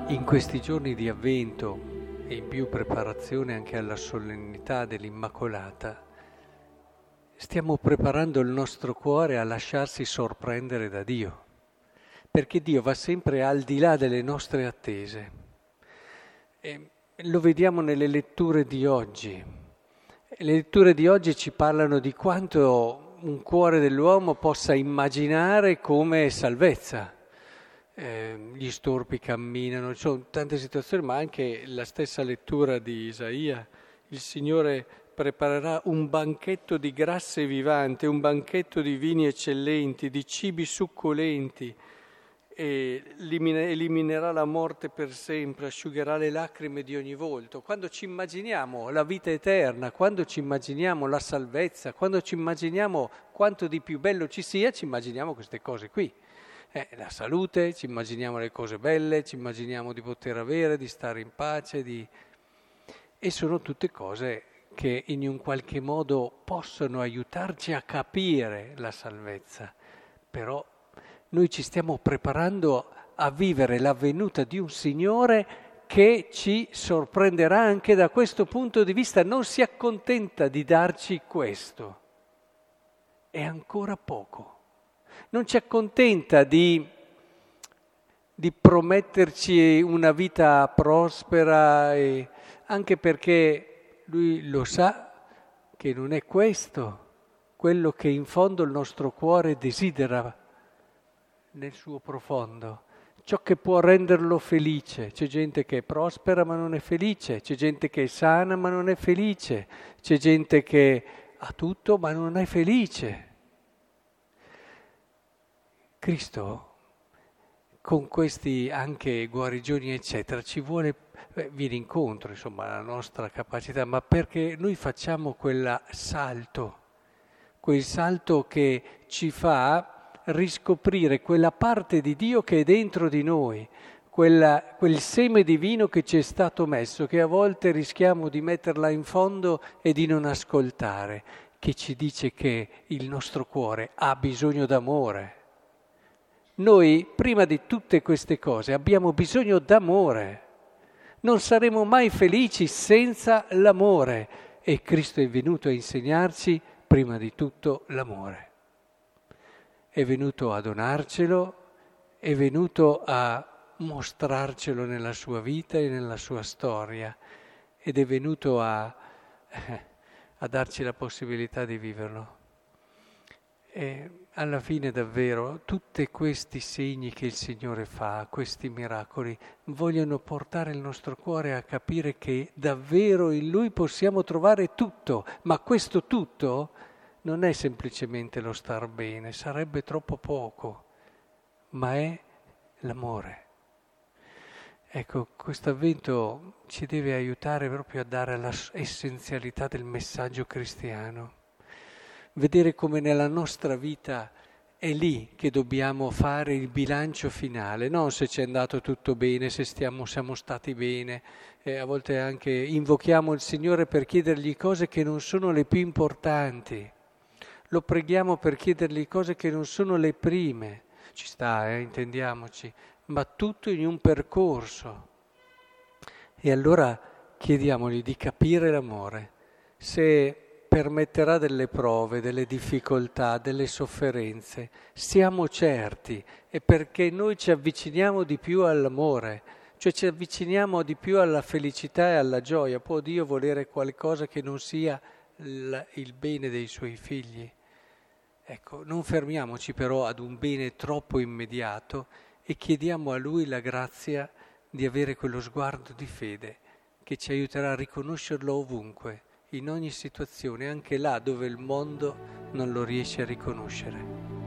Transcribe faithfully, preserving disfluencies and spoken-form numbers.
In questi giorni di Avvento e in più preparazione anche alla solennità dell'Immacolata, stiamo preparando il nostro cuore a lasciarsi sorprendere da Dio, perché Dio va sempre al di là delle nostre attese. E lo vediamo nelle letture di oggi. Le letture di oggi ci parlano di quanto un cuore dell'uomo possa immaginare come salvezza. Eh, gli storpi camminano, ci sono tante situazioni, ma anche la stessa lettura di Isaia. Il Signore preparerà un banchetto di grasse vivante, un banchetto di vini eccellenti, di cibi succolenti, e eliminerà la morte per sempre, asciugherà le lacrime di ogni volto. Quando ci immaginiamo la vita eterna, quando ci immaginiamo la salvezza, quando ci immaginiamo quanto di più bello ci sia, ci immaginiamo queste cose qui. Eh, la salute, ci immaginiamo le cose belle, ci immaginiamo di poter avere, di stare in pace, di... e sono tutte cose che in un qualche modo possono aiutarci a capire la salvezza, però noi ci stiamo preparando a vivere la venuta di un Signore che ci sorprenderà anche da questo punto di vista, non si accontenta di darci questo, è ancora poco. Non ci accontenta di, di prometterci una vita prospera, e anche perché lui lo sa che non è questo quello che in fondo il nostro cuore desidera nel suo profondo, ciò che può renderlo felice. C'è gente che è prospera ma non è felice, c'è gente che è sana ma non è felice, c'è gente che ha tutto ma non è felice. Cristo, con questi anche guarigioni eccetera, ci vuole, eh, viene incontro insomma alla nostra capacità, ma perché noi facciamo quel salto, quel salto che ci fa riscoprire quella parte di Dio che è dentro di noi, quella, quel seme divino che ci è stato messo, che a volte rischiamo di metterla in fondo e di non ascoltare, che ci dice che il nostro cuore ha bisogno d'amore. Noi, prima di tutte queste cose, abbiamo bisogno d'amore. Non saremo mai felici senza l'amore. E Cristo è venuto a insegnarci, prima di tutto, l'amore. È venuto a donarcelo, è venuto a mostrarcelo nella sua vita e nella sua storia, ed è venuto a, a darci la possibilità di viverlo. E alla fine davvero tutti questi segni che il Signore fa, questi miracoli, vogliono portare il nostro cuore a capire che davvero in Lui possiamo trovare tutto, ma questo tutto non è semplicemente lo star bene, sarebbe troppo poco, ma è l'amore. Ecco, questo avvento ci deve aiutare proprio a dare l'essenzialità del messaggio cristiano. Vedere come nella nostra vita è lì che dobbiamo fare il bilancio finale, non se ci è andato tutto bene, se stiamo, siamo stati bene. Eh, a volte anche invochiamo il Signore per chiedergli cose che non sono le più importanti. Lo preghiamo per chiedergli cose che non sono le prime. Ci sta, eh, intendiamoci, ma tutto in un percorso. E allora chiediamogli di capire l'amore. Se permetterà delle prove, delle difficoltà, delle sofferenze, siamo certi, è perché noi ci avviciniamo di più all'amore, cioè ci avviciniamo di più alla felicità e alla gioia. Può Dio volere qualcosa che non sia il, il bene dei suoi figli? Ecco, non fermiamoci però ad un bene troppo immediato e chiediamo a Lui la grazia di avere quello sguardo di fede che ci aiuterà a riconoscerlo ovunque, in ogni situazione, anche là dove il mondo non lo riesce a riconoscere.